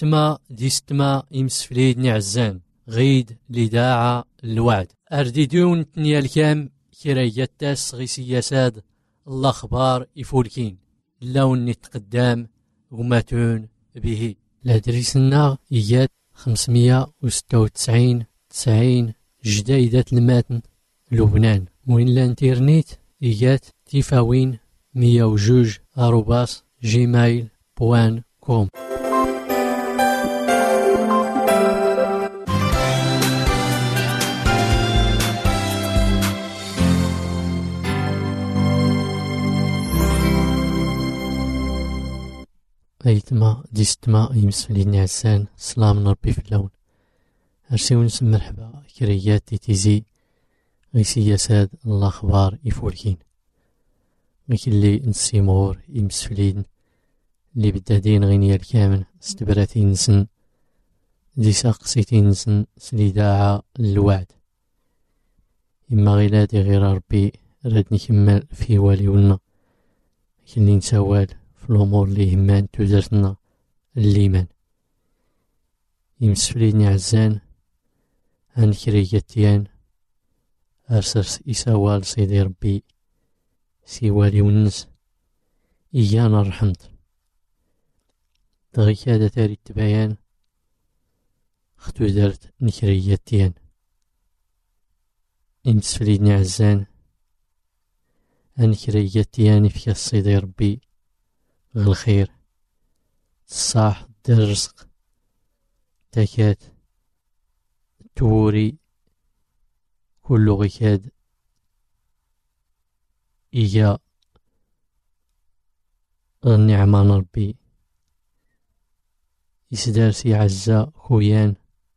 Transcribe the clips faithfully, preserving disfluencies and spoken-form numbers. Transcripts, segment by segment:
ستما دي ستما يمسفليد نعزان غيد لداعة الوعد أرديدون تنيا الكام كرايتاس غي سياساد الأخبار يفولكين اللون نتقدام وماتون به لادريسنا إيات خمسمية وستة وتسعين تسعين جديدة الماتن لبنان وين الانترنت إيات تيفاوين مية وجوج أروباس جيميل بوان كوم. أيتما ديستما يمسفلي نعسان سلام ربي في اللون أرسيون نسم مرحبا كريات تيزي غي سياساد الأخبار يفولكين غيك اللي نسيمور يمسفلين اللي بدادين غينيا الكامل استبراتين نسن دي ساقسيتين نسن سليداعة الوعد إما غيلادي غير ربي راد نكمل في واليونا كلي نسوال في الأمور اللي همان تدرتنا الليمان يمسفلين عزان عن كرياتيان أرسرس إساوال سيدي ربي سيوالي ونس إيانا الرحمت دغيك هذا تاري التبايان اختو دارت نكرياتيان يمسفلين عزان عن كرياتيان في سيدي ربي الخير الصاح دير الرزق تاكات توري كل غيكاد إيا النعمان ربي يسدارسي عزا خويان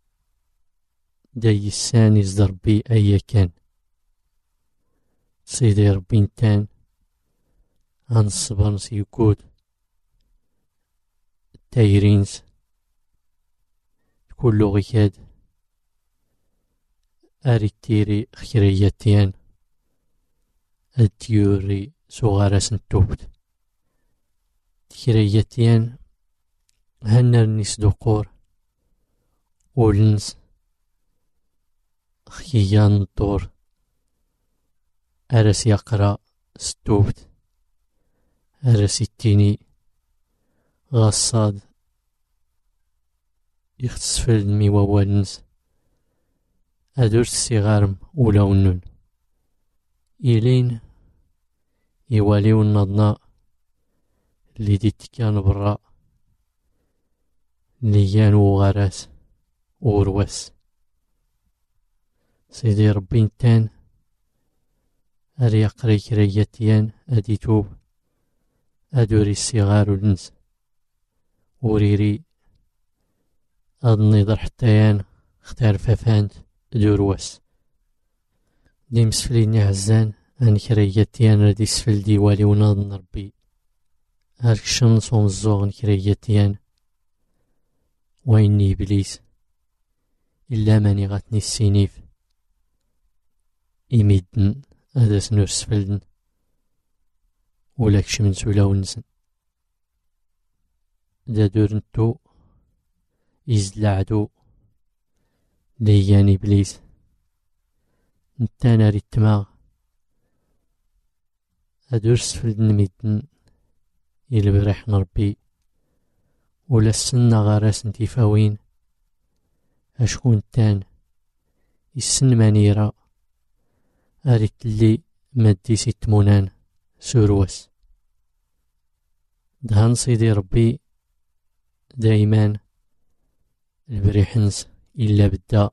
داي الساني يصدر بي أيا كان سيدي ربي نتان عن الصبر نسيكود تايرينز كل غيكاد أريتيري خيرياتيان الديوري صغار سنتوبت خيرياتيان هنر نيس دقور ولنس خيان الدور أرس يقرأ ستوبت أرس التيني غصاد يختصفل المي ووالنس أدرس السيغارم ولا ونون إلين يواليو النضناء اللي ديت كان برا ليان وغراس ورواس سيدي ربي نتان أري قري كرياتيان أدي توب أدوري الصغار ولنس وريري أضني حتىيان اختار فافانت دورواس دي مسفليني عزان أن كرياتيان ردي سفل ديوالي وناضن ربي هارك الشمس ومزوغن كرياتيان ويني إبليس إلا ماني غاتني السينيف إميدن هذا سنور سفلدن ولاك شمنس ولا ونسن دا دورنتو يزلعدو ليان إبليس نتانا ريتما أدور سفلدن ميدن يلبريح نربي ولا السنة غراس نتيفاوين أشكون تان السن مانيرا أريت اللي مادي ست مونان سورواس دهان سيدي ربي دايما البريحنس إلا بدا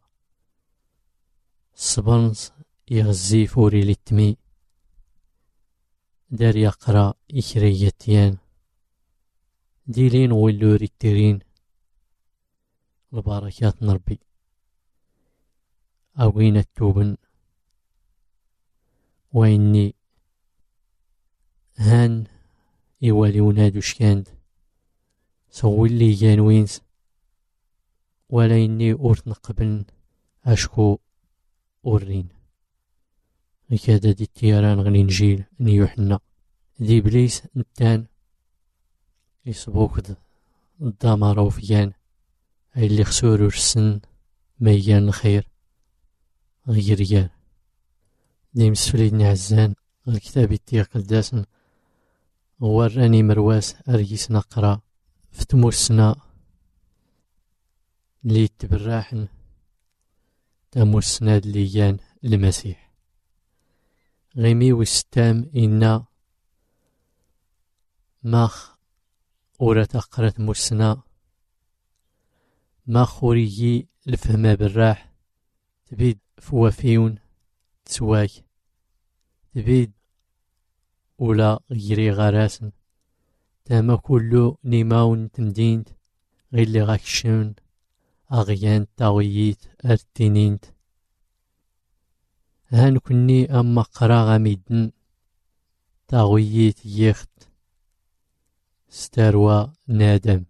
الصبرنس يغزي فوري للتمي دار يقرا إكرياتيان ديلين ولوري التيرين البركات نربي أوين التوبن وإني هان يوالي ونادو شكاند سوي اللي جانوينس ولا إني أورت نقبل أشكو أورين هكذا دي التيران غني نجيل ني يوحنا دي إبليس نتان يسبوك الدمار وفيان أي اللي خسور ورسن ميان الخير غير يار دي مسفليدني عزان الكتاب يتيق قداسن وراني مرواس أريس نقرأ في تموسنا اللي تبراحن تموسنا دليان المسيح غيمي وستام إنا ماخ ورا تقرأ موسنا ما خوريي الفهمة بالراح تبيد فوافيون تسواك تبيد ولا غيري غراسن تاما كلو نيماون تمدينت غير لي غاكشون أغيان تاوييت أرتينينت هان كني أما قرا غاميدن تاوييت يخت ستاروا نادم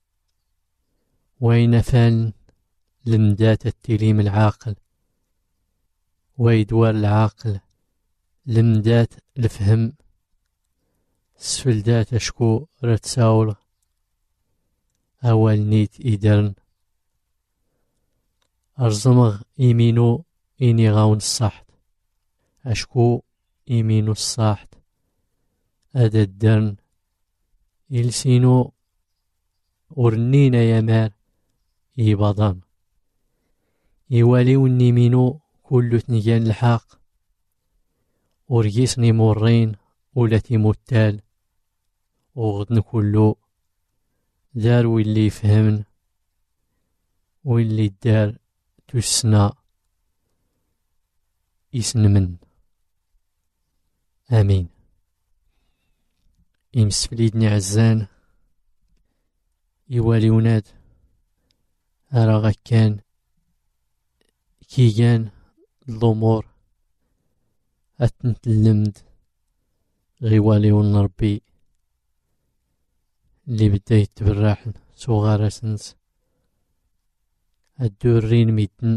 وين فان لمدات التليم العاقل ويدوار العاقل لمدات الفهم سفلدات أشكو رتساول أول نيت إدرن أرزمغ إيمينو إني غاون الصحت أشكو إيمينو الصحت أدا الدرن إلسينو ورنينا يمار إيبادان إيواليو النيمينو كل تنيان الحاق وريسني مورين ولاتي موتال وغدن كلو دار واللي يفهمن واللي دار تسنا يسنمن آمين. إمسفليدني عزان يوالي وناد أراغا كان كيجان الأمور أتنتلمد غيوالي ونربي اللي بدا يتبراحن صغار سنس الدورين ميتن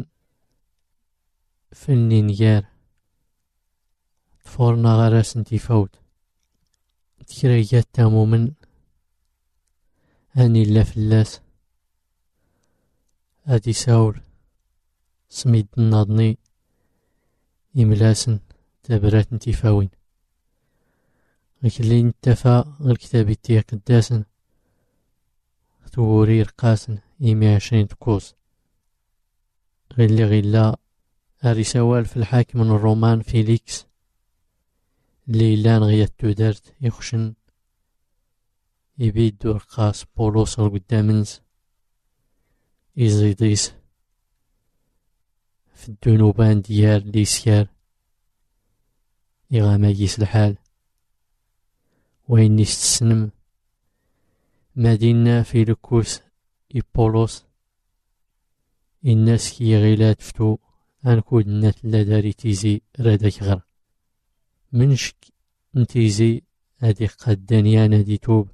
فني نيار تفورنا غراسن تيفوت تكريات تامو من هاني الله فلاس ادي ساول سميد الناضني إملاسن تبرات نتيفاوين لكن نتفا الكتاب يتيه قداسن توري رقاسن إيمي عشرين تكوز غير اللي غيلا هاري سوال في الحاكم من الرومان فيليكس اللي لان غيات تودرت يخشن يبيد رقاس بولوس القدامنز إزيديس في الدنوبان ديار ليسيار إغاما يس الحال وين يستسنم مدينة في لكوس إبولوس الناس كي غيلات فتو أنكود النات لا داري تيزي رادك غر منشك نتيزي هادي قدانيان هادي توب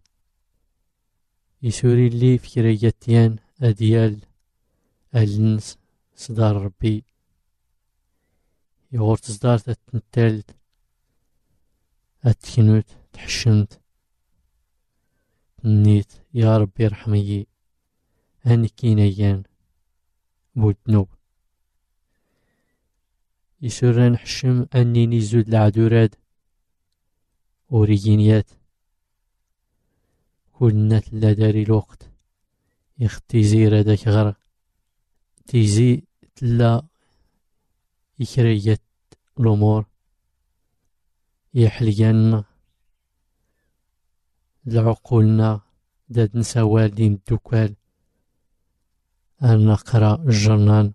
يسوري اللي فكرياتيان أديال ألنس صدار ربي يغور تصدار تتنتالت أتكنوت تحشمت نيت يا ربي رحمي هاني كينيان بودنوب يسوران حشم أني نزود العدوراد أوريجينيات كلنا لا داري الوقت يختي زيرا داك غر تيزي تلا يكريات الأمور يحليان لعقولنا داد نسوال ديم الدوكال أنا نقرأ الجرنان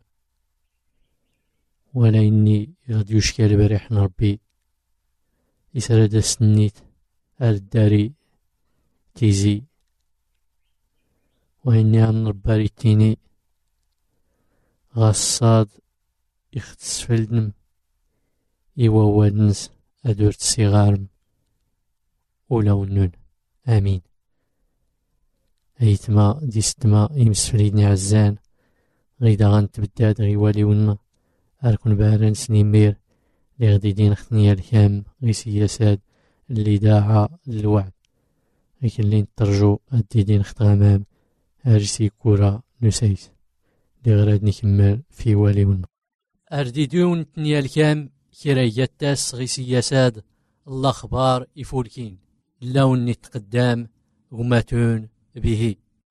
ولا إني غادي يشكال بريح ربي يسرد سنيت الداري تيزي وإني عن رباري تيني غصاد يختس فلدنم يووادنس أدورت سيغارم ولو النون آمين. أيتما ديستما يمسفليدني عزان غيدا غنتبداد غيوالي ونا أركن باران سنيمير لغدي دين خطنيا الكام غي سياسات اللي داعا للوعد لكن اللي نترجو أدي دين خط غمام هارسي كورا نسيس. اللي غراد نكمل في والي ون أرديدون تنيا الكام كرايات تاس غي سياساد الأخبار يفولكين اللون نتقدام غماتون به.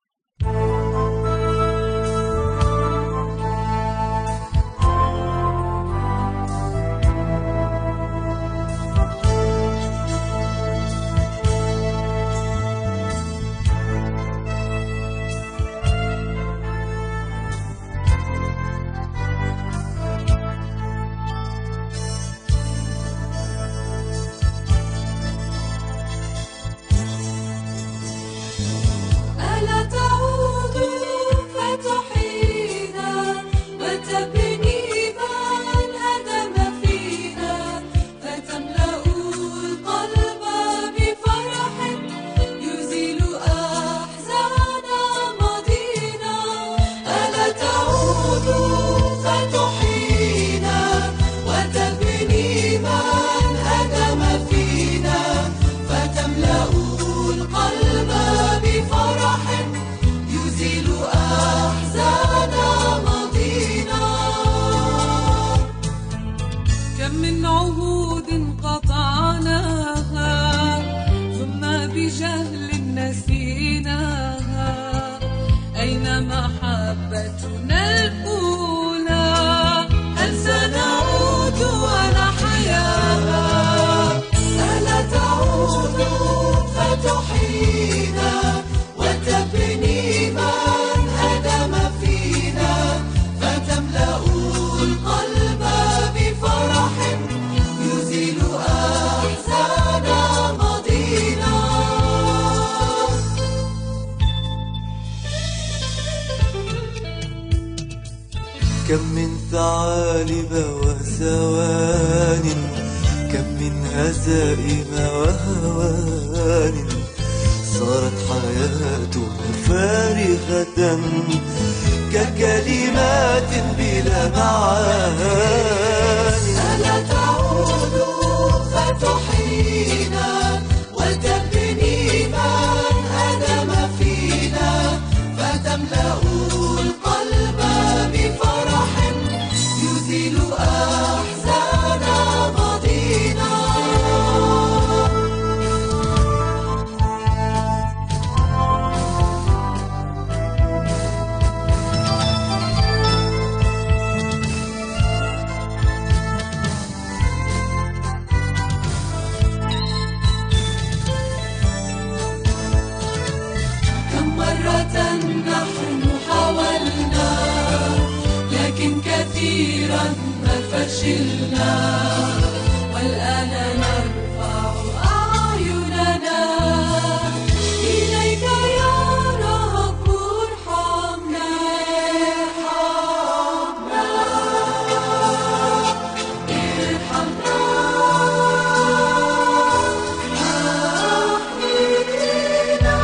كم من ثعالب وثوان، كم من هزائم وهوان، صارت حياتنا فارغة ككلمات بلا معاني. ألا تعود فتحيينا وتبني من هدم فينا، فتملأ القلب بفرح يزيل أحزان ماضينا. كم مرة نحن حاولنا لكن كثيرا ما فشلنا، والآن نرفع أعيننا إليك يا رب. ارحمنا ارحمنا ارحمنا أحيينا،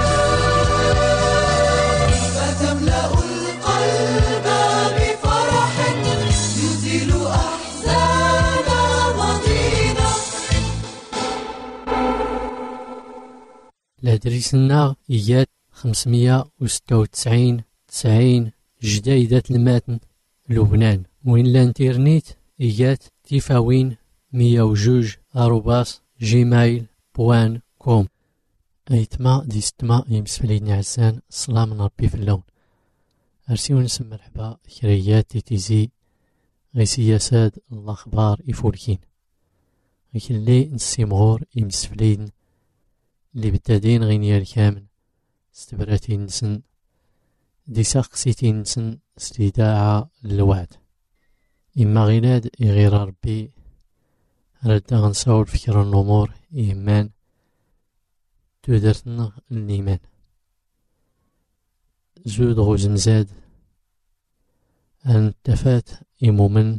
فتملأ القلب بفرح يزيل أحزان ماضينا. لادريسنا إيات خمسمية وستة وتسعين تسعين جديدة الماتن لبنان. وين الانترنت إيات تيفاوين مية وجوج أروباس جيميل بوان كوم. أيتما ديستما يمسفلين عسان الصلاة من ربي في اللون. أرسيو نسم مرحبا كريات تيتيزي غي سياسات الأخبار يفولكين غيك اللي نسيمغور يمسفلين اللي بتادين غينيا الكامل استبراتين نسن دي ساقسيتين نسن استداعة للوعد. إما غيناد يغير ربي رد غنساول فكر الأمور إيمان تودرتنا الإيمان زود غوزن زاد أن تفات إمومن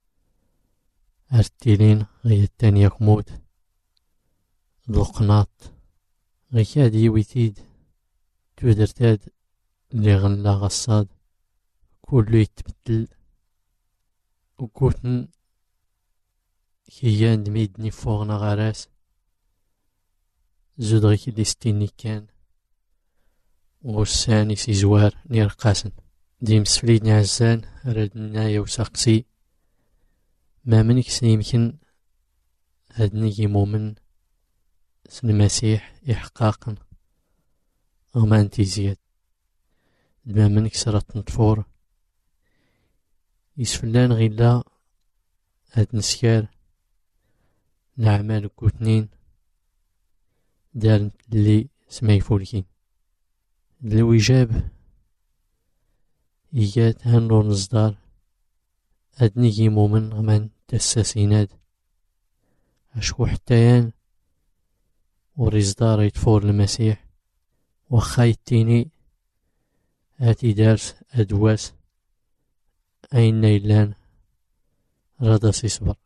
أرتيلين غي التاني كموت القناط غي كادي ويتيد تودرتاد اللي غنلا غصاد كله يتبدل وكوتن كيان دميدني فوغنا غراس زود غيك اللي ستيني كان وغساني سي زوار نير قاسن ديم سفليد نعزان ردنا يوساقسي ما منك سنيمكن هاد نيجي مؤمن سن المسيح إحقاقا وما انتي زياد ما منك سرط نطفور يسفلان غيلا هاد نسكار الأعمال كوتنين دار اللي سماي فولكين الوجاب إيجاد هنور نصدار أدني جي مؤمن غمان تساسيناد أشكو حتىيان ورزدار يتفور المسيح وخايتيني هاتي دارس أدواس أين نيلان رادس يصبر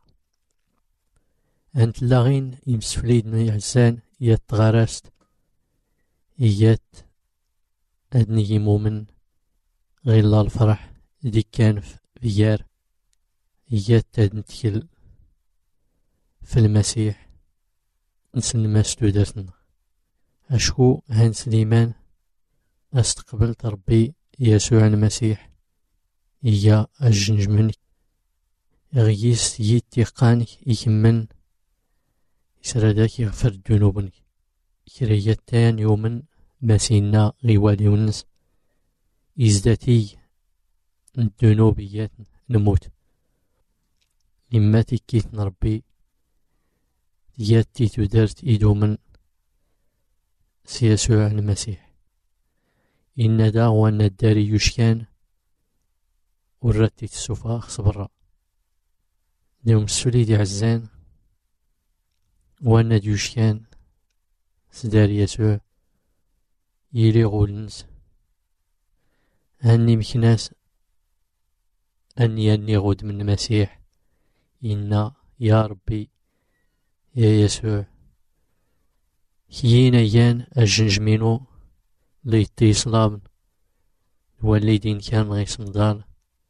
أنت لاغين يمسفليد من يحسان يتغارست إيات أدني جي مؤمن غير الله الفرح دي كان في بيار إيات تنتكل في المسيح نسن ما ستودرتنا أشكو هان سليمان استقبلت ربي يسوع المسيح إيا أجنج منك غيس يتيقانك يكمن يسردك يغفر ذنوبك كريتان يومن مسينا غيوالي ونس إزداتي الذنوبيات نموت إما تكيت نربي ياتي تدرت إيدو من سيسوع المسيح إن دا وأن الداري يشكان ورتي السفا خصبرا ديوم السوليد عزان وأن يشكان سداري يسوع يلي غولنس هني مكناس أني أني غود من المسيح إنا يا ربي يا يسوع كينا يان أجنج منو ليتي صلابن واللي دين كان غي صندال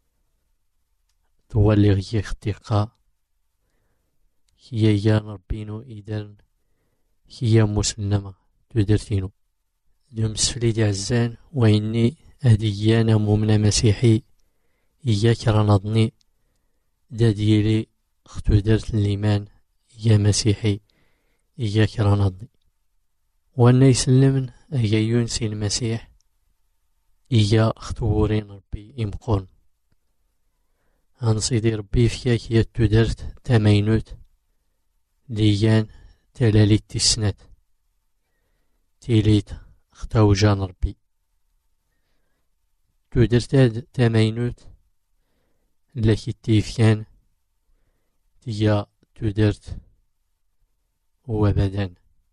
تولي غي اختيقا كيا يان ربينو إيدرن كيا مسلمة تدرتينو دوم سفليد عزان وإني أديانا مؤمن مسيحي إياك رنضني داديلي اختو درت الإيمان يا مسيحي إياك رنضني وانا يسلمن أيا ينسي المسيح إيا اختورين ربي يمقون هنصيدي ربي فياك ياتو درت تمينوت ليان تلاليت تسنات تيليت اختاو جان ربي تودرت هاد تمينوت لكي تيفيان تيا تودرت هو بدن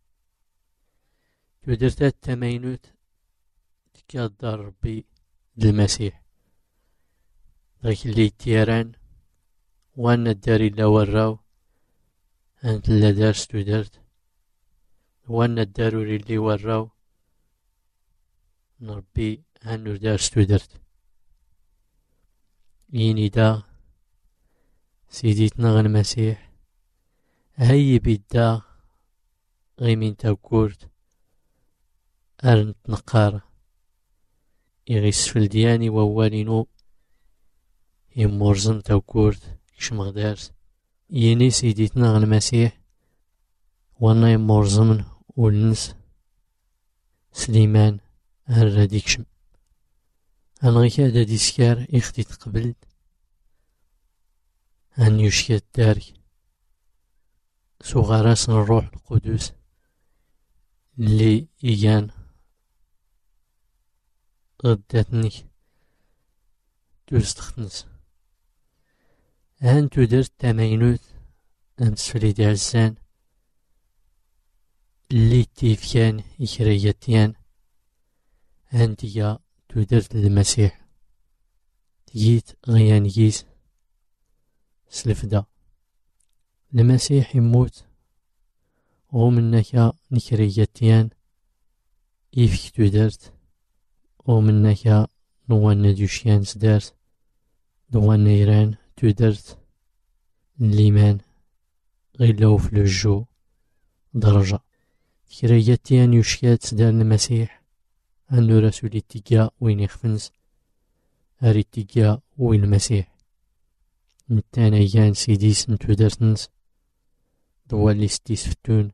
تودرت هاد تمينوت تكادر ربي للمسيح ذاك اللي تيران وانا الداري لا وراو انت لا دارس تودرت وانا الداروري اللي وراو نربي هنو دارس تودرت يني دا سيديتنا غن المسيح هاي بيدا غيمين تاوكورت أرنت نقار يغيس في الدياني ووالينو يمورزن تاوكورت كش مغدارس يني سيديتنا غن المسيح وانا يمورزمن ولنس سليمان هرديكشم أنغيك هذا ديسكار إختي تقبلت أن يشكي الدارك سوغراس الروح القدس اللي إيان غداتني تستخدنس أن تدرت تمينوت أمس فريدي عزان اللي تيفيان إكريتيان أنتيا تدرت المسيح تجيت غيان جيس سلفدا المسيح يموت ومنك نكريتيان إيفك تدرت ومنك نوان ندوشيان سدارت نوان نيران تدرت الليمان غير لو في الجو درجة كريتيان يشكات سدار المسيح أنو رسولي تيجا وين يخفنس أريتيكا والمسيح نتانيان سيديس نتو درتنس دوالي ستيس فتون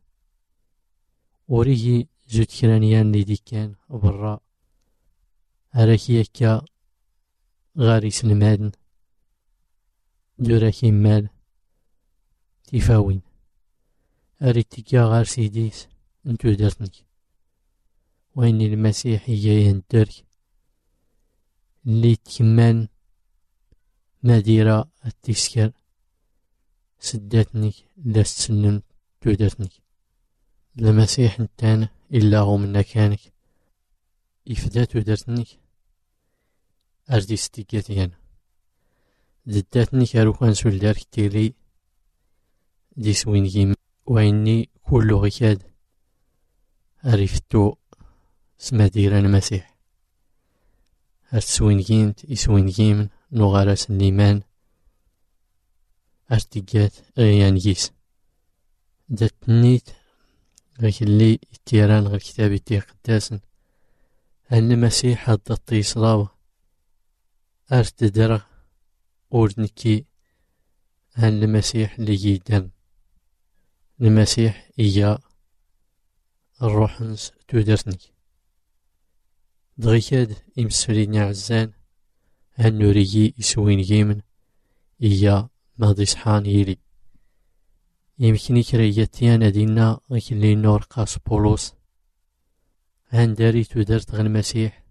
وريجي زوت كرانيان لي ديكان برا أراكيكا غاري سلمادن دوراكي مال تيفاوين أريتيكا غار سيديس نتو درتنك وين المسيح جاي ندرك اللي تكمان مديرة التسكر سداتنك لا تسلم توداتنك المسيح نتانا إلا هو من كانك إفدا توداتنك أردي ستيقاتيان دداتنك أروكان سولدار كتيري دي سوين جيم وإني كل غيكاد عرفتو سمدير المسيح أرتسوين جيمت إسوين جيمن نغارس النيمان أرتقات غيان جيس داتنيت غيك اللي التيران غير كتابي تي قداسن أن المسيح الضطي صلاوة أرتدرغ أورنكي أن المسيح اللي جيدان المسيح إيا الروحنس تودرتنك دغيكاد إمسفريني عزان هن نوريجي إسوين جيمن إيا ماضي صحان يلي يمكني كرياتيان أدينا غيكلي نور قاس بولوس هن داري تودرت غن المسيح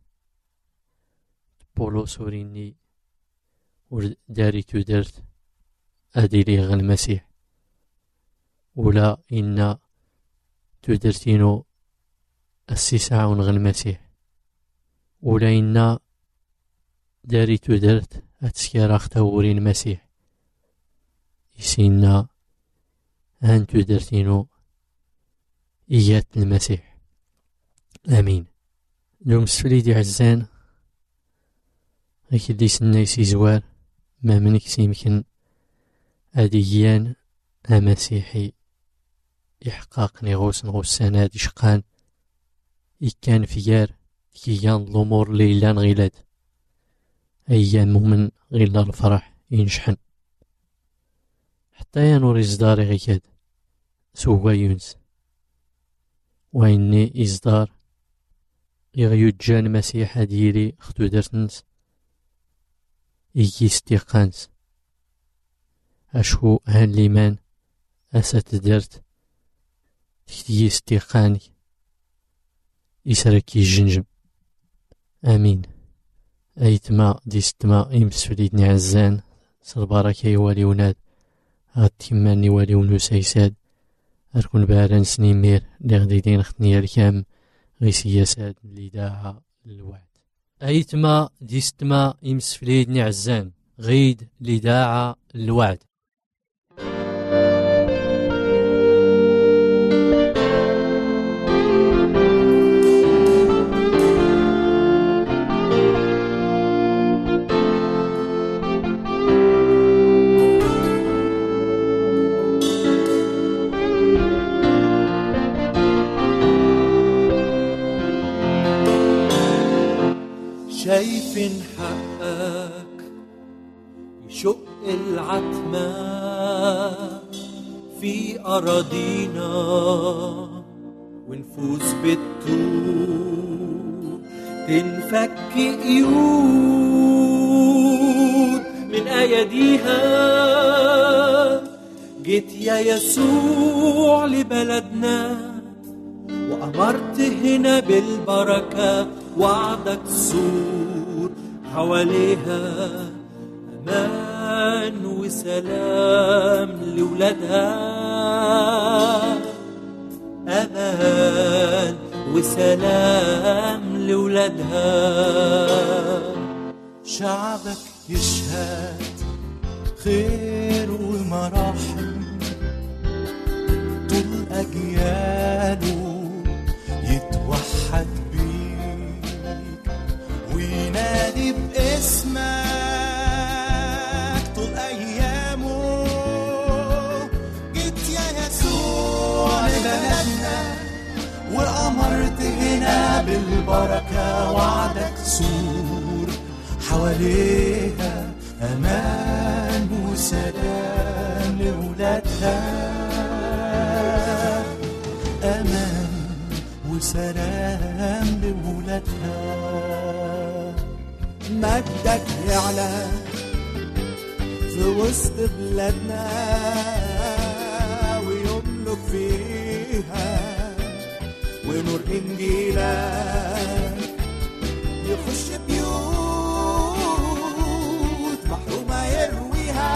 بولوس وريني وداري تودرت أديلي غن المسيح ولا إنا تودرتينو السيساعون غن المسيح ولا إنا داري تودرت أتسكار أختورين المسيح يسينا هان تودرتينو إيات المسيح آمين. دوم سفليدي عزان غيك دي سنايسي زوار ما منك سيمكن أديان أمسيحي إحقاق نغوص نغوصانا دي شقان إكان فيار كيان الأمور ليلان غيلاد أيام من غير الفرح ينشحن حتى ينور إصدار غيكاد سوى يونس وإني إصدار يغيود جان مسيحة ديري اختو درتنس إيكي استيقانس أشهو هان ليمان أسات درت تكتي استيقاني إسركي الجنجم آمين. أيتما ديستما إمسفليدني عزان صربارك يوالي وناد هاد تيماني والي ونسيساد أركون باران سنيمير لغديدين اختني الكام غي سياسات اللي داها الوعد. أيتما ديستما إمسفليدني عزان غيد لداعة الوعد. شايفين حقك يشق العتمة في أراضينا ونفوس بالطول تنفك قيود من أيديها. جيت يا يسوع لبلدنا وأمرت هنا بالبركة وعدك سور حواليها أمان وسلام لولادها. أمان وسلام لولادها. شعبك يشهد خير ومراحم طول أجياله يتوحد وينادي باسمك طول أيامه. جيت يا يسوع لبلدنا وأمرت هنا بالبركة وعدك سور حواليها أمان وسلام لولادها، أمان وسلام لولادها. مجدك يعلى في وسط بلادنا ويملك فيها، ونور إنجيلك يخش بيوت محرومة يرويها.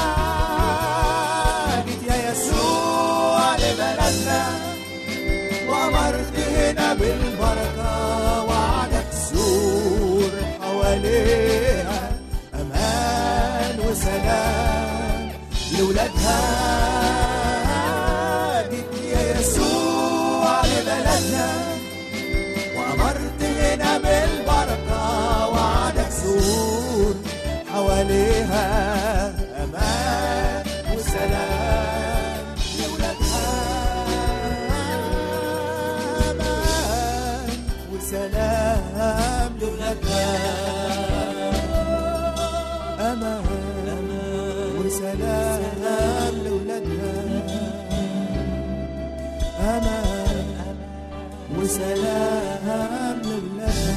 جيت يا يسوع لبلدنا وأمرت هنا بالبركة، وعدك سور حواليها أمان وسلام لولادها. جيت يا يسوع لبلدنا وأمرت هنا بالبركة، وعدك سور حواليها أمان وسلام لولادها. أمان وسلام لولادها، أمان وسلام لولادها، أمان وسلام لولادها.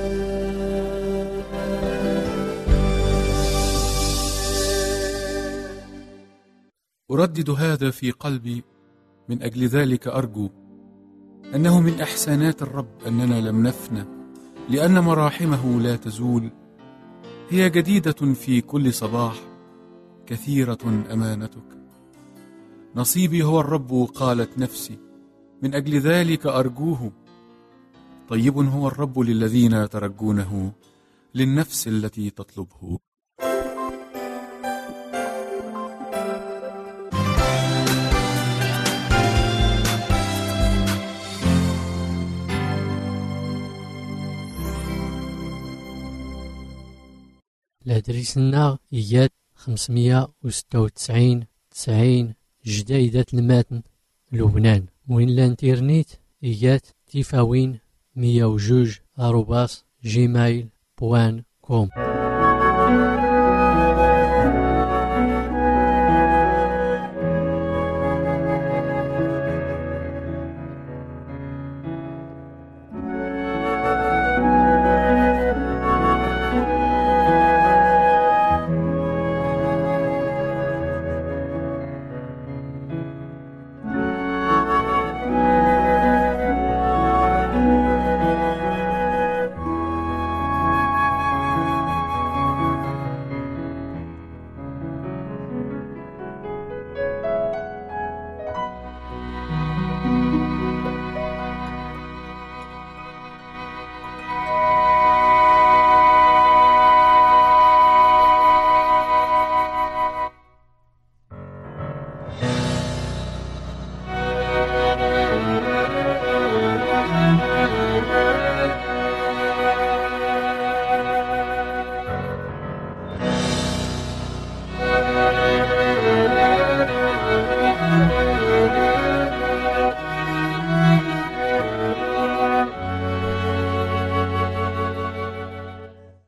أردد هذا في قلبي، من أجل ذلك أرجو أنه من إحسانات الرب أننا لم نفنى، لأن مراحمه لا تزول، هي جديدة في كل صباح، كثيرة أمانتك. نصيبي هو الرب قالت نفسي، من أجل ذلك أرجوه. طيب هو الرب للذين يترجونه، للنفس التي تطلبه. الأدريسنا إياد خمسمية وستة وتسعين تسعين جديدة الماتن لبنان. وين لانترنيت إياد تيفاوين مية وجوج أروباس جيميل بوان كوم.